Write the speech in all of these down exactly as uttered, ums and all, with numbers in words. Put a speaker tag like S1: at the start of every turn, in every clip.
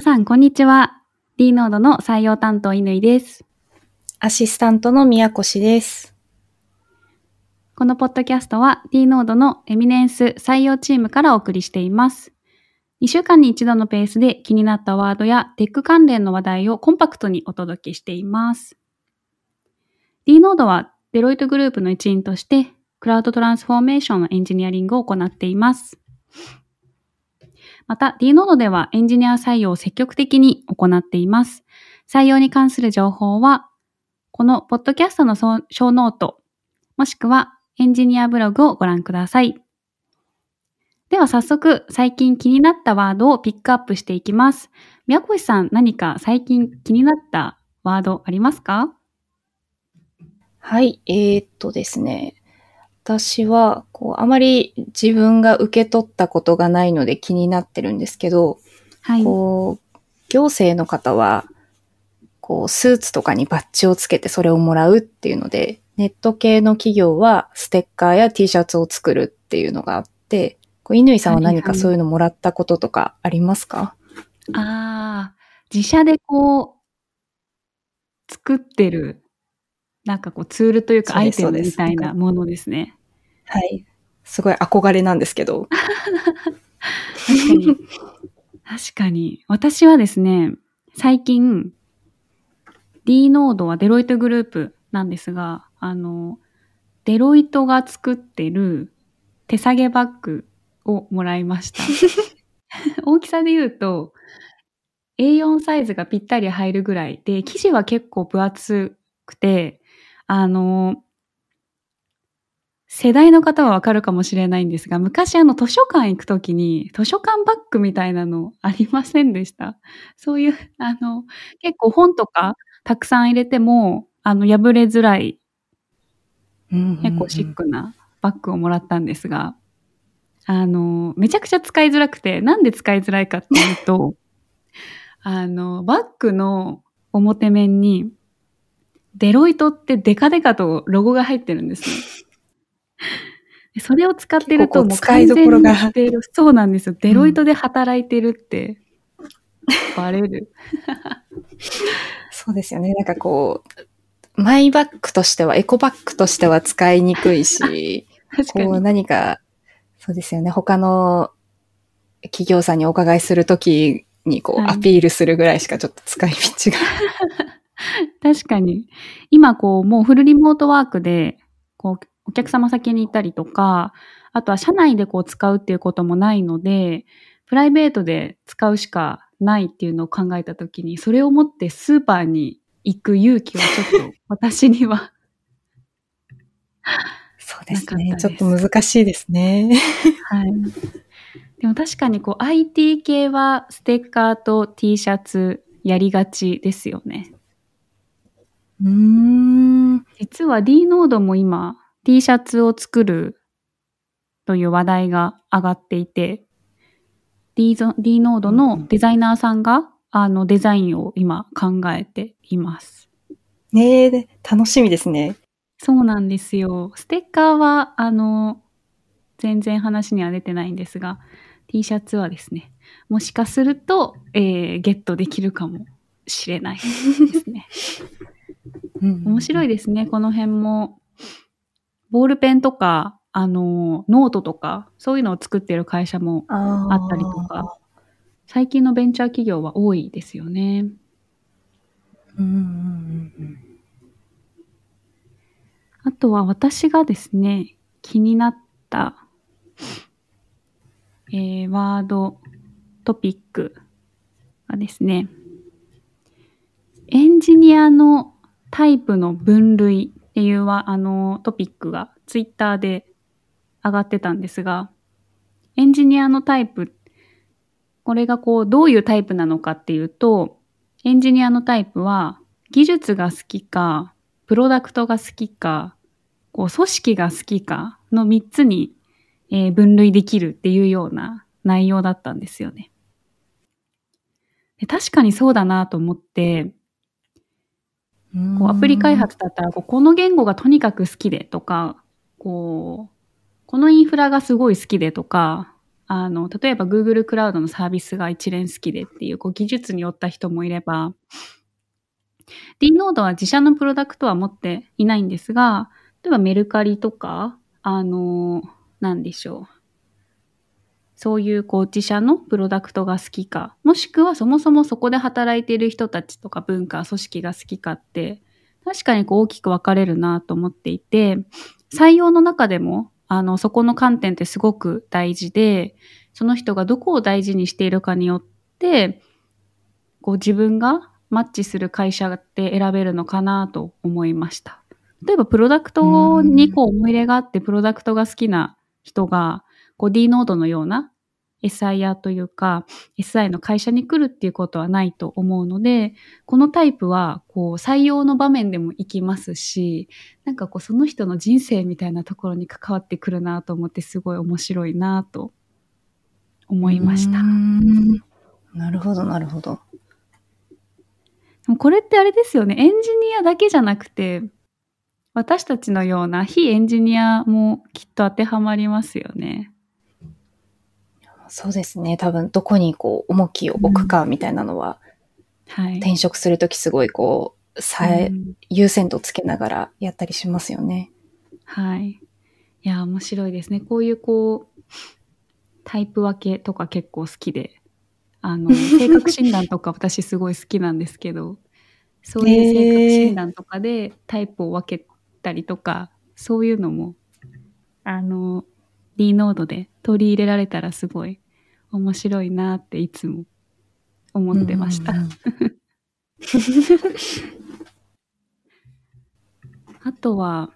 S1: さんこんにちは。 D ノードの採用担当乾です。
S2: アシスタントの宮越です。
S1: このポッドキャストは D ノードのエミネンス採用チームからお送りしています。にしゅうかんに一度のペースで気になったワードやテック関連の話題をコンパクトにお届けしています。 D ノードはデロイトグループの一員としてクラウドトランスフォーメーションのエンジニアリングを行っています。また D ノードではエンジニア採用を積極的に行っています。採用に関する情報はこのポッドキャストのショーノートもしくはエンジニアブログをご覧ください。では早速最近気になったワードをピックアップしていきます。宮越さん、何か最近気になったワードありますか？
S2: はい、えー、っとですね。私はこうあまり自分が受け取ったことがないので気になってるんですけど、
S1: はい、
S2: こう行政の方はこうスーツとかにバッジをつけてそれをもらうっていうので、ネット系の企業はステッカーや T シャツを作るっていうのがあって、こう乾さんは何かそういうのもらったこととかありますか？
S1: はいはい、ああ、自社でこう作ってるなんかこうツールというかアイテムみたいなものですね。
S2: はい。すごい憧れなんですけど。
S1: 確かに。確かに。私はですね、最近、D ノードはデロイトグループなんですが、あの、デロイトが作ってる手提げバッグをもらいました。大きさで言うと、エーよん サイズがぴったり入るぐらいで、生地は結構分厚くて、あの、世代の方はわかるかもしれないんですが、昔あの図書館行くときに図書館バッグみたいなのありませんでした？そういうあの結構本とかたくさん入れてもあの破れづらい、
S2: うんうんうん、
S1: 結構シックなバッグをもらったんですが、あのめちゃくちゃ使いづらくて、なんで使いづらいかっていうとあのバッグの表面にデロイトってデカデカとロゴが入ってるんですね。それを使ってるともう完全にデロ、そうなんですよ。デロイトで働いてるってバレる。
S2: うん、そうですよね。なんかこうマイバッグとしてはエコバッグとしては使いにくいし、
S1: 確かに。
S2: こう何かそうですよね。他の企業さんにお伺いするときにこう、はい、アピールするぐらいしかちょっと使い道が
S1: 確かに今こうもうフルリモートワークでこうお客様先に行ったりとか、あとは社内でこう使うっていうこともないので、プライベートで使うしかないっていうのを考えたときに、それを持ってスーパーに行く勇気はちょっと私には
S2: そうですね。ちょっと難しいですね。
S1: はい。でも確かにこう アイティー 系はステッカーと T シャツやりがちですよね。
S2: うーん。
S1: 実は D ノードも今 T シャツを作るという話題が上がっていて、D, D ノードのデザイナーさんが、うん、あのデザインを今考えています。
S2: ねえ、楽しみですね。
S1: そうなんですよ。ステッカーはあの全然話には出てないんですが、 T シャツはですね、もしかすると、えー、ゲットできるかもしれないですね。面白いですね。この辺もボールペンとかあのノートとかそういうのを作っている会社もあったりとか、最近のベンチャー企業は多いですよね。
S2: うんうんうん、
S1: あとは私がですね、気になった、えー、ワードトピックがですね、エンジニアのタイプの分類っていうあのトピックがツイッターで上がってたんですが、エンジニアのタイプ、これがこうどういうタイプなのかっていうと、エンジニアのタイプは技術が好きか、プロダクトが好きか、こう組織が好きかのみっつに、えー、分類できるっていうような内容だったんですよね。で、確かにそうだなと思って、こうアプリ開発だったらこうこの言語がとにかく好きでとか、こうこのインフラがすごい好きでとか、 あの、例えば Google クラウドのサービスが一連好きでっていう、こう技術によった人もいれば、D ノードは自社のプロダクトは持っていないんですが、例えばメルカリとか、あの、なんでしょう。そういうこう自社のプロダクトが好きか、もしくはそもそもそこで働いている人たちとか文化、組織が好きかって、確かにこう大きく分かれるなと思っていて、採用の中でも、あの、そこの観点ってすごく大事で、その人がどこを大事にしているかによって、こう自分がマッチする会社って選べるのかなと思いました。例えばプロダクトにこう思い入れがあって、プロダクトが好きな人が、こう D ノードのような エスアイ アール というか エスアイ の会社に来るっていうことはないと思うので、このタイプはこう採用の場面でも行きますし、なんかこうその人の人生みたいなところに関わってくるなと思って、すごい面白いなと思いました。
S2: なるほどなるほど。
S1: これってあれですよね、エンジニアだけじゃなくて、私たちのような非エンジニアもきっと当てはまりますよね。
S2: そうですね。多分どこにこう重きを置くかみたいなのは、うん、はい、転職するときすごいこう、さえ、うん、優先度つけながらやったりしますよね。
S1: はい。いや、面白いですね。こういうこう、タイプ分けとか結構好きで、あの、性格診断とか私すごい好きなんですけど、そういう性格診断とかでタイプを分けたりとか、そういうのも、あの、D ノードで取り入れられたらすごい面白いなっていつも思ってました。うんうんうん、あとは、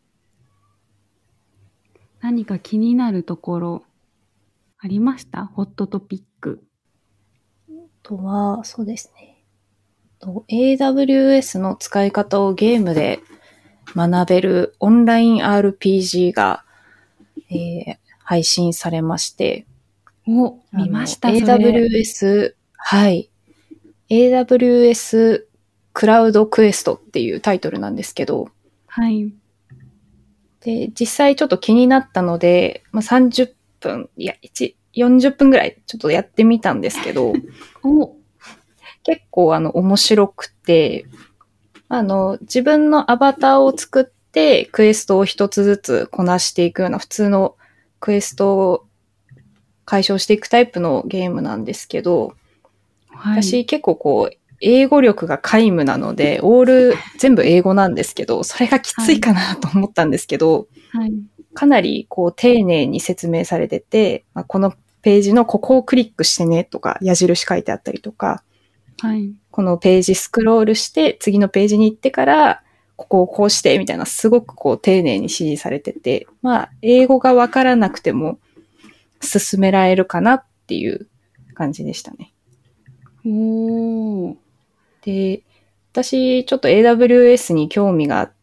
S1: 何か気になるところありました？ホットトピック。
S2: あとは、そうですね。エーダブリューエス の使い方をゲームで学べるオンライン アールピージー が、えー、配信されまして。
S1: お、見ました、
S2: それ。エーダブリューエス、はい。エーダブリューエス クラウドクエストっていうタイトルなんですけど。
S1: はい。
S2: で、実際ちょっと気になったので、まあ、さんじゅっぷん、いや、よんじゅっぷんぐらいちょっとやってみたんですけど。お結構あの面白くて、あの、自分のアバターを作ってクエストを一つずつこなしていくような普通のクエストを解消していくタイプのゲームなんですけど、はい、私結構こう、英語力が皆無なので、オール全部英語なんですけど、それがきついかなと思ったんですけど、はい、かなりこう丁寧に説明されてて、まあ、このページのここをクリックしてねとか矢印書いてあったりとか、はい、このページスクロールして次のページに行ってからここをこうしてみたいなすごくこう丁寧に指示されてて、まあ英語がわからなくても進められるかなっていう感じでしたね。
S1: おー。
S2: で、私ちょっと エーダブリューエス に興味があって、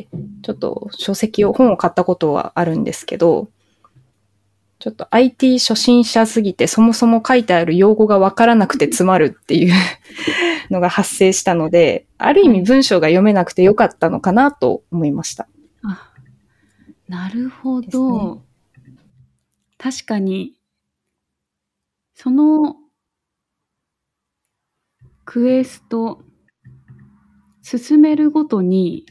S2: ちょっと書籍を本を買ったことはあるんですけど、ちょっと アイティー 初心者すぎてそもそも書いてある用語がわからなくて詰まるっていうのが発生したので、ある意味文章が読めなくてよかったのかなと思いました。
S1: あ、なるほど。ね、確かに、そのクエスト進めるごとに、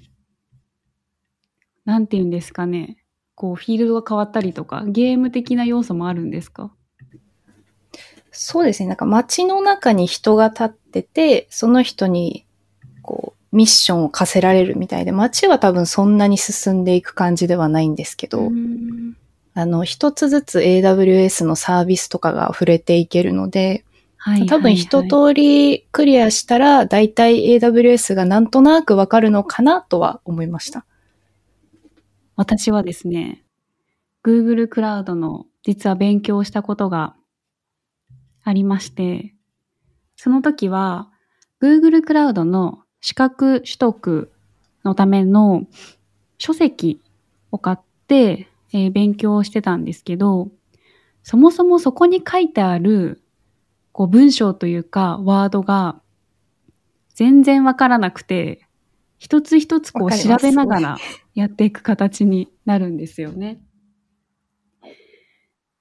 S1: なんて言うんですかね。こうフィールドが変わったりとか、ゲーム的な要素もあるんですか？
S2: そうですね。なんか街の中に人が立ってて、その人にこうミッションを課せられるみたいで、街は多分そんなに進んでいく感じではないんですけど、あの一つずつ エーダブリューエス のサービスとかが触れていけるので、はいはいはい、多分一通りクリアしたら、だいたい エーダブリューエス がなんとなくわかるのかなとは思いました。
S1: 私はですね、Google クラウドの実は勉強したことがありまして、その時は Google クラウドの資格取得のための書籍を買って、えー、勉強してたんですけど、そもそもそこに書いてあるこう文章というかワードが全然わからなくて、一つ一つこう調べながらやっていく形になるんですよね。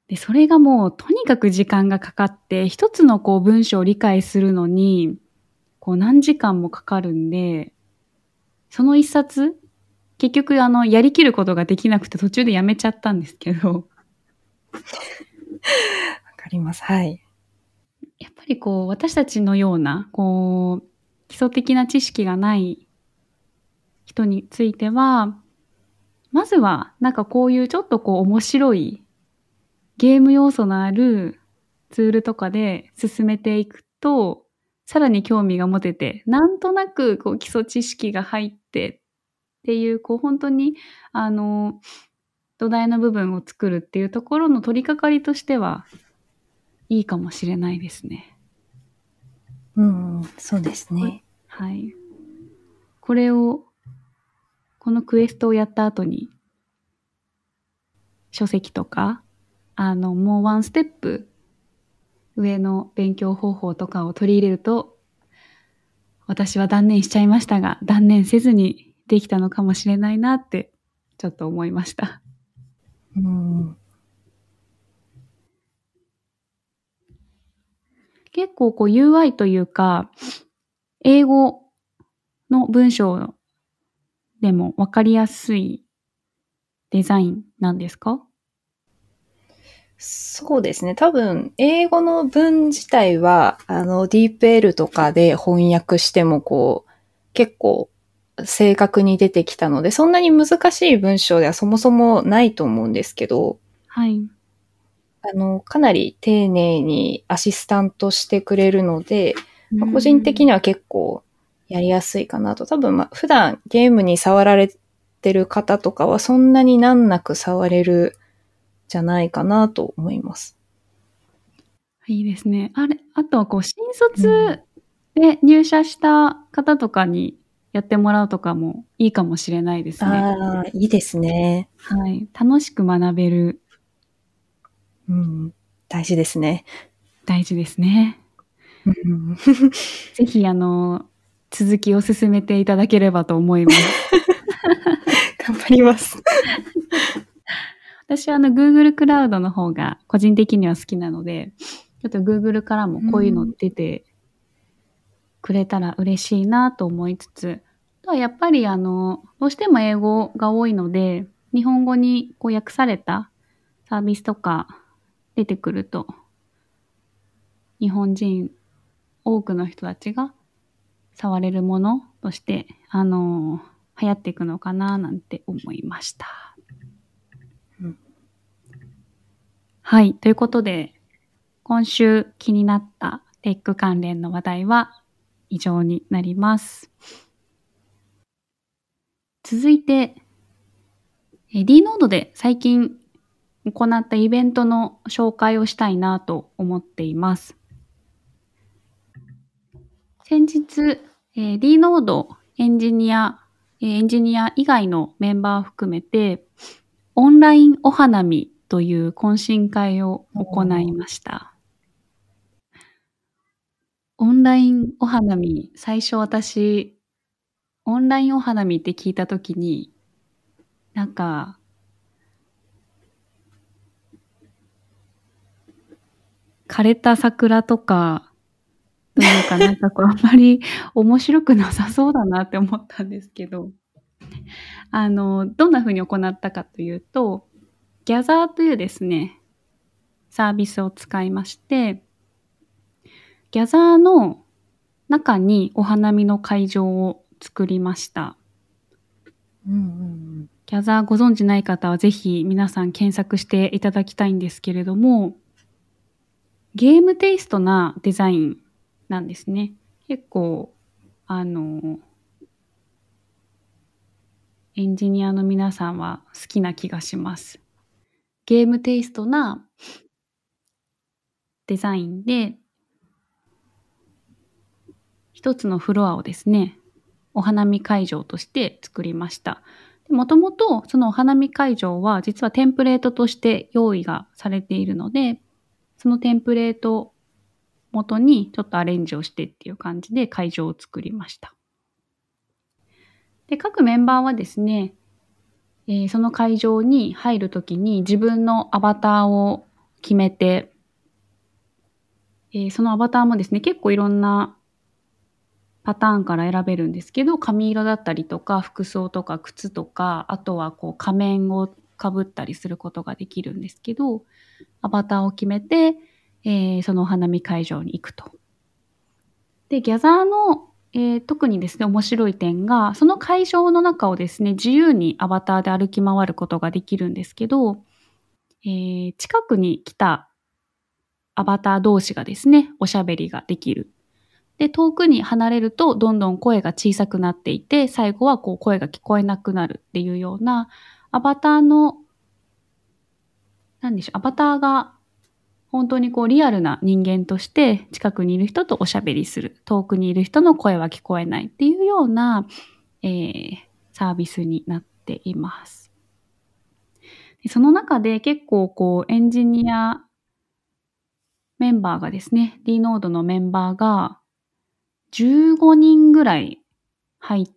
S1: で、それがもうとにかく時間がかかって、一つのこう文章を理解するのに、こう何時間もかかるんで、その一冊、結局あの、やりきることができなくて途中でやめちゃったんですけど。
S2: わかります。はい。
S1: やっぱりこう、私たちのような、こう、基礎的な知識がない人については、まずはなんかこういうちょっとこう面白いゲーム要素のあるツールとかで進めていくと、さらに興味が持てて、なんとなくこう基礎知識が入ってっていう、こう本当に、あの、土台の部分を作るっていうところの取り掛かりとしては、いいかもしれないですね。
S2: うん、そうですね。
S1: はい。これを、このクエストをやった後に、書籍とか、あの、もうワンステップ上の勉強方法とかを取り入れると、私は断念しちゃいましたが、断念せずにできたのかもしれないなって、ちょっと思いました。
S2: うん、
S1: 結構こう ユーアイ というか、英語の文章でもわかりやすいデザインなんですか？
S2: そうですね。多分、英語の文自体は、あの、ディープエル とかで翻訳しても、こう、結構、正確に出てきたので、そんなに難しい文章ではそもそもないと思うんですけど、
S1: はい。
S2: あの、かなり丁寧にアシスタントしてくれるので、まあ、個人的には結構やりやすいかなと。多分、まあ、普段ゲームに触られてる方とかはそんなに難なく触れるじゃないかなと思います。
S1: いいですね。あれ、あとはこう、新卒で入社した方とかにやってもらうとかもいいかもしれないですね。
S2: ああ、いいですね。
S1: はい。楽しく学べる。
S2: うん、大事ですね。
S1: 大事ですね。
S2: うん、
S1: ぜひ、あの、続きを進めていただければと思います。
S2: 頑張ります。
S1: 私はあの Google クラウドの方が個人的には好きなので、ちょっと Google からもこういうの出てくれたら嬉しいなと思いつつ、あとはやっぱりあの、どうしても英語が多いので、日本語にこう訳されたサービスとか出てくると、日本人多くの人たちが触れるものとして、あの、流行っていくのかななんて思いました。
S2: うん、
S1: はい。ということで、今週気になったテック関連の話題は以上になります。続いて、D ノードで最近行ったイベントの紹介をしたいなと思っています。先日、えー、D ノードエンジニア、えーエンジニア以外のメンバーを含めて、オンラインお花見という懇親会を行いました。オンラインお花見、最初私、オンラインお花見って聞いたときに、なんか、枯れた桜とか、というかなんかこうあんまり面白くなさそうだなって思ったんですけど、あの、どんな風に行ったかというと、ギャザーというですね、サービスを使いまして、ギャザーの中にお花見の会場を作りました。
S2: うんうん、
S1: ギャザーご存知ない方はぜひ皆さん検索していただきたいんですけれども、ゲームテイストなデザインなんですね。結構、あの、エンジニアの皆さんは好きな気がします。ゲームテイストなデザインで、一つのフロアをですね、お花見会場として作りました。もともとそのお花見会場は実はテンプレートとして用意がされているので、そのテンプレートを元にちょっとアレンジをしてっていう感じで会場を作りました。で、各メンバーはですね、えーその会場に入るときに自分のアバターを決めて、えーそのアバターもですね、結構いろんなパターンから選べるんですけど、髪色だったりとか、服装とか靴とか、あとはこう仮面をかぶったりすることができるんですけど、アバターを決めて、えーそのお花見会場に行くと。で、ギャザーの、えー特にですね、面白い点が、その会場の中をですね、自由にアバターで歩き回ることができるんですけど、えー近くに来たアバター同士がですね、おしゃべりができる。で、遠くに離れるとどんどん声が小さくなっていて、最後はこう声が聞こえなくなるっていうような、アバターの、なんでしょう、アバターが本当にこうリアルな人間として近くにいる人とおしゃべりする。遠くにいる人の声は聞こえないっていうような、えーサービスになっています。でその中で結構こうエンジニアメンバーがですね、D ノードのメンバーがじゅうごにんぐらい入って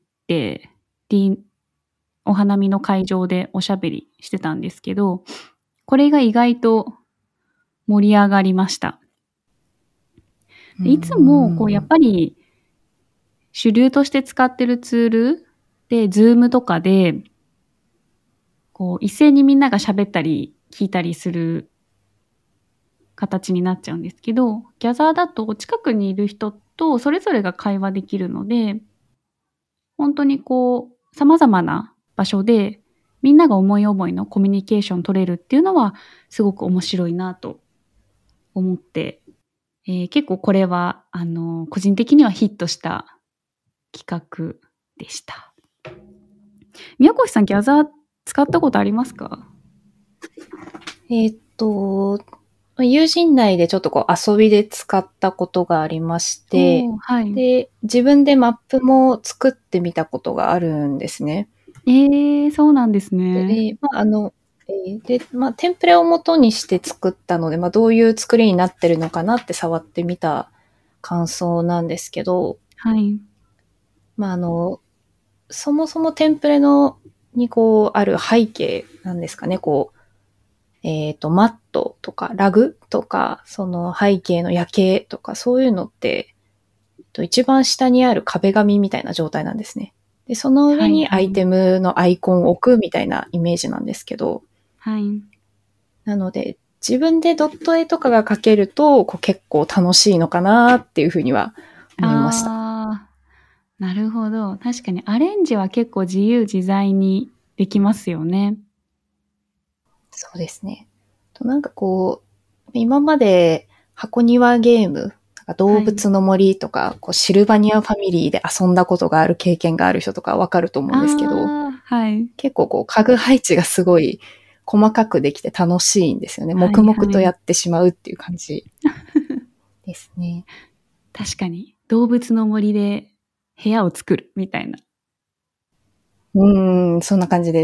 S1: 、D、お花見の会場でおしゃべりしてたんですけど、これが意外と盛り上がりました。でいつもこうやっぱり主流として使ってるツールで、Zoom とかで、こう一斉にみんなが喋ったり聞いたりする形になっちゃうんですけど、ギャザーだと近くにいる人とそれぞれが会話できるので、本当にこう様々な場所でみんなが思い思いのコミュニケーション取れるっていうのはすごく面白いなと思って、えー結構これはあの個人的にはヒットした企画でした。宮越さん、ギャザー使ったことありますか？
S2: えーっと、友人内でちょっとこう遊びで使ったことがありまして、
S1: おーはい。
S2: で、自分でマップも作ってみたことがあるんですね。
S1: えー、そうなんです
S2: で、
S1: ね。
S2: えーまあ、あの、えーで、まあ、テンプレを元にして作ったので、まあ、どういう作りになってるのかなって触ってみた感想なんですけど、
S1: はい。
S2: まあ、あの、そもそもテンプレの、にこう、ある背景なんですかね、こう、えっと、マットとかラグとか、その背景の夜景とか、そういうのって、えっと一番下にある壁紙みたいな状態なんですね。で、その上
S1: はい、はい。
S2: にアイテムのアイコンを置くみたいなイメージなんですけど、
S1: はい。
S2: なので、自分でドット絵とかが描けると、こう結構楽しいのかなっていうふうには思いました。
S1: あー、なるほど。確かにアレンジは結構自由自在にできますよね。
S2: そうですね。となんかこう、今まで箱庭ゲーム、なんか動物の森とか、こうシルバニアファミリーで遊んだことがある経験がある人とかわかると思うんですけど、
S1: あー、はい。
S2: 結構こう家具配置がすごい細かくできて楽しいんですよね。
S1: はい
S2: 黙々と
S1: はい
S2: やってしまうっていう感じですね。
S1: 確かに。動物の森で部屋を作るみたいな。
S2: うーん、そんな感じです。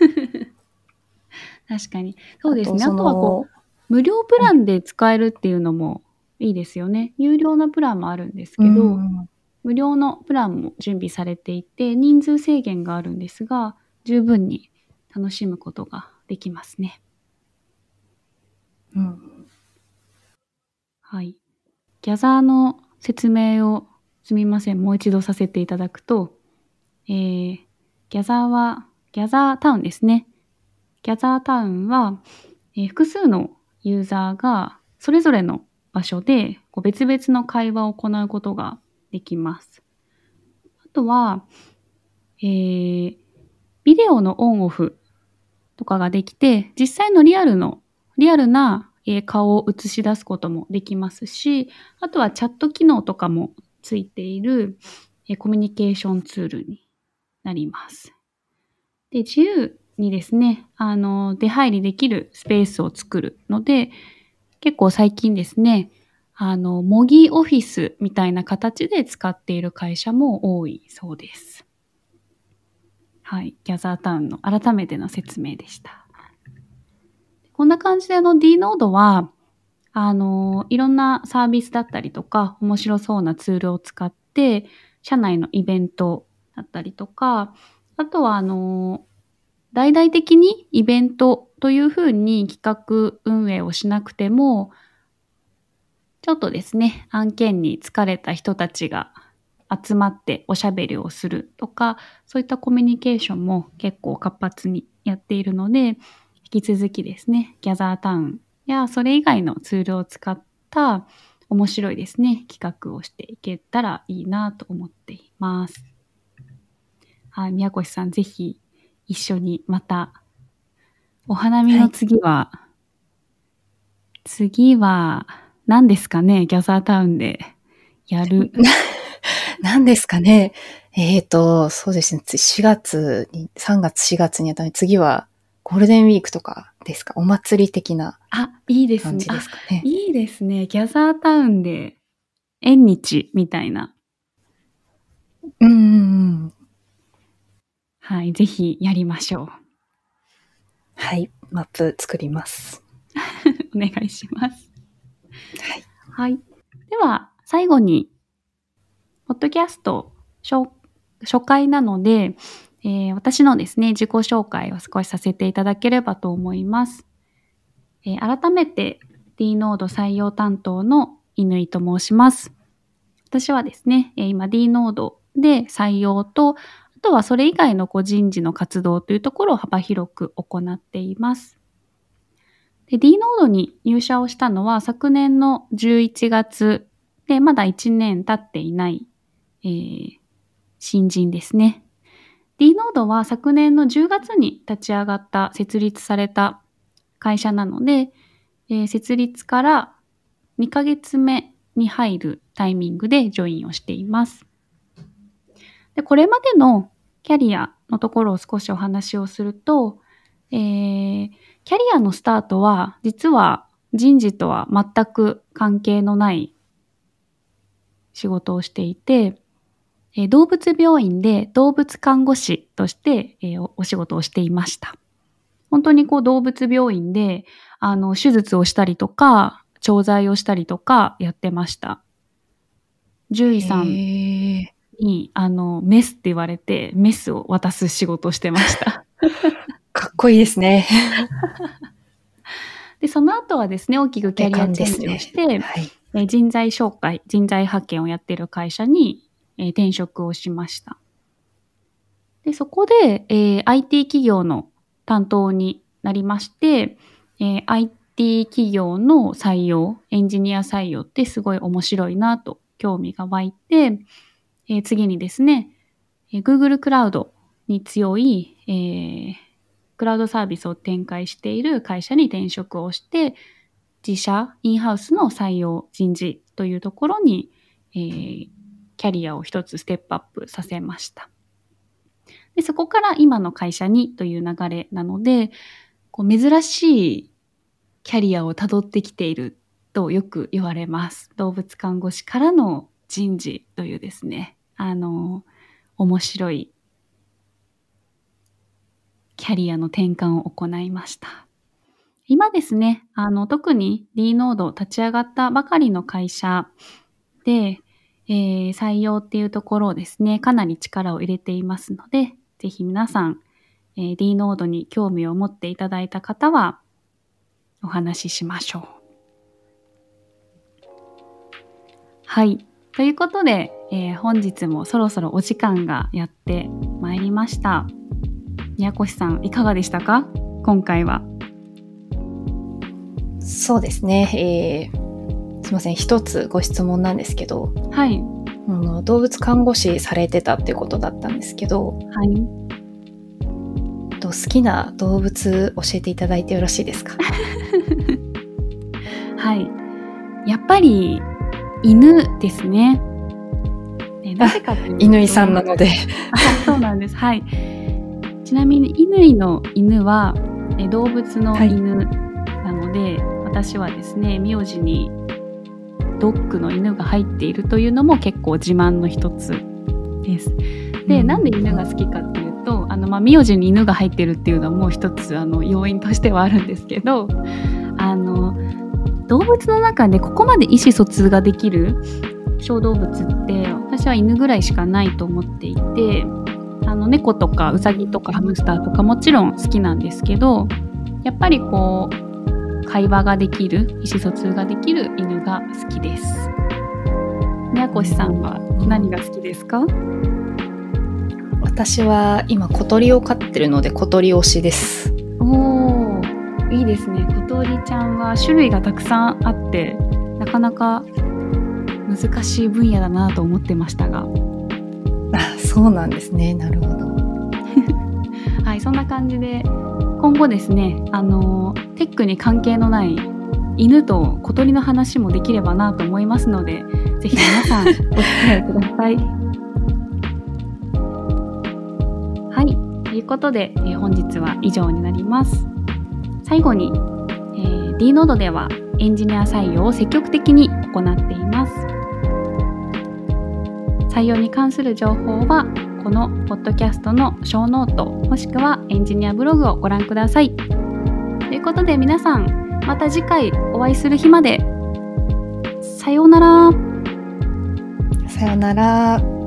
S1: 確かに。そうですね。あ
S2: あとそ
S1: とはこ
S2: の、
S1: う、無料プ
S2: はい、
S1: ランで使えるっていうのもいいですよね。有料のプランもあるんです
S2: う
S1: けど、
S2: ん、
S1: 無料のプランも準備されていて、人数制限があるんですが、十分に楽しむことができますね。
S2: うん、
S1: はい。ギャザーの説明をすみません。もう一度させていただくと、えー、ギャザーは、ギャザータウンですね。ギャザータウンは、えー複数のユーザーがそれぞれの場所でこう別々の会話を行うことができます。あとは、えー、ビデオのオンオフとかができて、実際のリアルの、リアルなえー顔を映し出すこともできますし、あとはチャット機能とかもついているえーコミュニケーションツールになります。で、自由にですね、あの、出入りできるスペースを作るので、結構最近ですね、あの、模擬オフィスみたいな形で使っている会社も多いそうです。はい。ギャザータウンの改めての説明でした。こんな感じであの D ノードは、あの、いろんなサービスだったりとか、面白そうなツールを使って、社内のイベントだったりとか、あとはあの、 大々的にイベントというふうに企画運営をしなくても、ちょっとですね、案件に疲れた人たちが集まっておしゃべりをするとか、そういったコミュニケーションも結構活発にやっているので、引き続きですね、ギャザータウンやそれ以外のツールを使った面白いですね、企画をしていけたらいいなと思っています。はい、宮越さん、ぜひ一緒にまた、お花見の次は、はい、次は何ですかね、ギャザータウンでやる。
S2: 何ですかね。えっと、そうですね、しがつに、さんがつしがつにやったので、次はゴールデンウィークとかですか、お祭り的な
S1: あ、いいですね。
S2: 感じですかね。
S1: いいですね。ギャザータウンで縁日みたいな。
S2: うんうんうん。
S1: はい、ぜひやりましょう。
S2: はい、マップ作ります。
S1: お願いします。
S2: はい。
S1: はい。では、最後に、ポッドキャスト初、初回なので、えー、私のですね、自己紹介を少しさせていただければと思います。えー、改めて D ノード採用担当の乾と申します。私はですね、今 D ノードで採用と、あとはそれ以外の個人事の活動というところを幅広く行っています。で D ノードに入社をしたのは昨年のじゅういちがつで、まだいちねん経っていない、えー、新人ですね。D ノードは昨年のじゅうがつに立ち上がった設立された会社なので、えー、設立からにかげつめに入るタイミングでジョインをしています。で、これまでのキャリアのところを少しお話をすると、えー、キャリアのスタートは実は人事とは全く関係のない仕事をしていて、えー、動物病院で動物看護師として、えー、お, お仕事をしていました。本当にこう動物病院であの手術をしたりとか調剤をしたりとかやってました。獣医さんにあのメスって言われてメスを渡す仕事をしてました。
S2: かっこいいですね。
S1: で、その後はですね、大きくキャリアチェンジをして、ね、はい、え人材紹介、人材派遣をやっている会社に、えー、転職をしました。で、そこで、えー、アイティー 企業の担当になりまして、えー、アイティー 企業の採用、エンジニア採用ってすごい面白いなと興味が湧いて、えー、次にですね、えー、Google クラウドに強い、えー、クラウドサービスを展開している会社に転職をして、自社、インハウスの採用人事というところに、えー、キャリアを一つステップアップさせました。で、そこから今の会社にという流れなので、こう珍しいキャリアをたどってきているとよく言われます。動物看護師からの人事というですね、あの、面白いキャリアの転換を行いました。今ですね、あの、特に D ノード立ち上がったばかりの会社で、えー、採用っていうところをですね、かなり力を入れていますので、ぜひ皆さん、えー、D ノードに興味を持っていただいた方は、お話ししましょう。はい。ということで、えー、本日もそろそろお時間がやってまいりました。宮越さん、いかがでしたか？今回は。
S2: そうですね。えー、すいません。一つご質問なんですけど。
S1: はい。
S2: あの動物看護師されてたっていうことだったんですけど。
S1: はい。
S2: と好きな動物教えていただいてよろしいですか？
S1: はい。やっぱり犬ですね。えなぜかというと
S2: 乾さんなので。
S1: そうなんです。はい。ちなみに乾の犬はえ動物の犬なので、はい、私はですね、名字にドッグの犬が入っているというのも結構自慢の一つです。で、うん、なんで犬が好きかっていうと、あのまあ名字に犬が入っているっていうのも一つあの要因としてはあるんですけど、あの動物の中でここまで意思疎通ができる小動物って私は犬ぐらいしかないと思っていて、 あの猫とかウサギとかハムスターとかもちろん好きなんですけど、やっぱりこう会話ができる、意思疎通ができる犬が好きです。宮越さんは何が好きですか？
S2: 私は今小鳥を飼ってるので小鳥推しです。
S1: おー、いいですね。小鳥ちゃんは種類がたくさんあってなかなか難しい分野だなと思ってましたが。
S2: あ、そうなんですね。なるほど。
S1: はい、そんな感じで今後ですね、あのテックに関係のない犬と小鳥の話もできればなと思いますので、ぜひ皆さんお付き合いください。はい、ということで、えー、本日は以上になります。最後に、えー、D ノードではエンジニア採用を積極的に行っています。採用に関する情報はこのポッドキャストのショーノートもしくはエンジニアブログをご覧ください。ということで皆さん、また次回お会いする日まで。さようなら。
S2: さようなら。